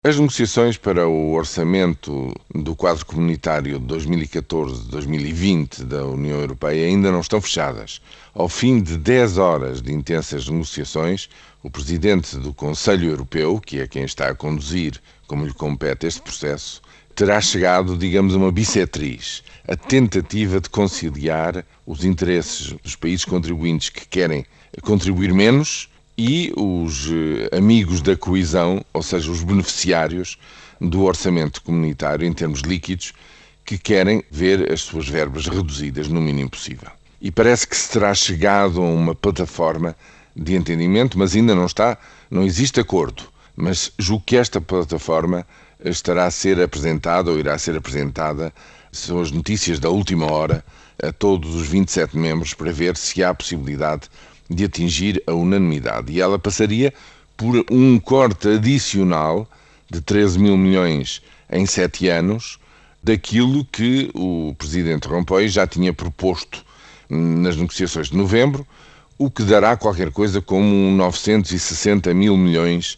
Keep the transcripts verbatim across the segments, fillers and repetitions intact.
As negociações para o orçamento do quadro comunitário de dois mil e catorze a dois mil e vinte da União Europeia ainda não estão fechadas. Ao fim de dez horas de intensas negociações, o presidente do Conselho Europeu, que é quem está a conduzir, como lhe compete, este processo, terá chegado, digamos, a uma bissetriz, a tentativa de conciliar os interesses dos países contribuintes que querem contribuir menos e os amigos da coesão, ou seja, os beneficiários do orçamento comunitário em termos líquidos, que querem ver as suas verbas reduzidas no mínimo possível. E parece que se terá chegado a uma plataforma de entendimento, mas ainda não está, não existe acordo. Mas julgo que esta plataforma estará a ser apresentada ou irá ser apresentada, são as notícias da última hora, a todos os vinte e sete membros para ver se há possibilidade de atingir a unanimidade. E ela passaria por um corte adicional de treze mil milhões em sete anos daquilo que o presidente Rompuy já tinha proposto nas negociações de novembro, o que dará qualquer coisa como novecentos e sessenta mil milhões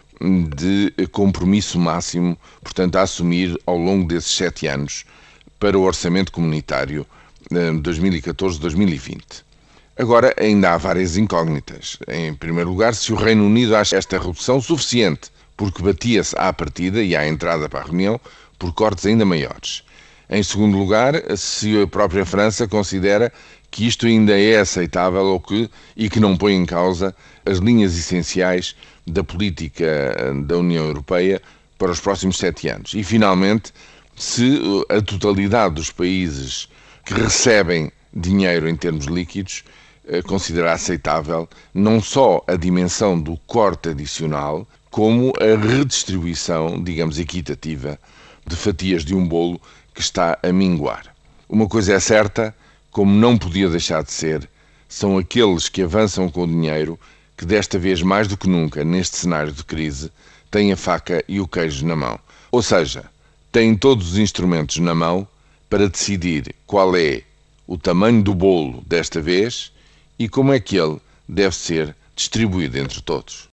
de compromisso máximo, portanto, a assumir ao longo desses sete anos para o orçamento comunitário dois mil e catorze a dois mil e vinte. Agora, ainda há várias incógnitas. Em primeiro lugar, se o Reino Unido acha esta redução suficiente, porque batia-se à partida e à entrada para a reunião por cortes ainda maiores. Em segundo lugar, se a própria França considera que isto ainda é aceitável ou que, e que não põe em causa as linhas essenciais da política da União Europeia para os próximos sete anos. E, finalmente, se a totalidade dos países que recebem dinheiro em termos líquidos considerar aceitável não só a dimensão do corte adicional, como a redistribuição, digamos, equitativa de fatias de um bolo que está a minguar. Uma coisa é certa, como não podia deixar de ser, são aqueles que avançam com o dinheiro que desta vez mais do que nunca, neste cenário de crise, têm a faca e o queijo na mão. Ou seja, têm todos os instrumentos na mão para decidir qual é o tamanho do bolo desta vez e como é que ele deve ser distribuído entre todos.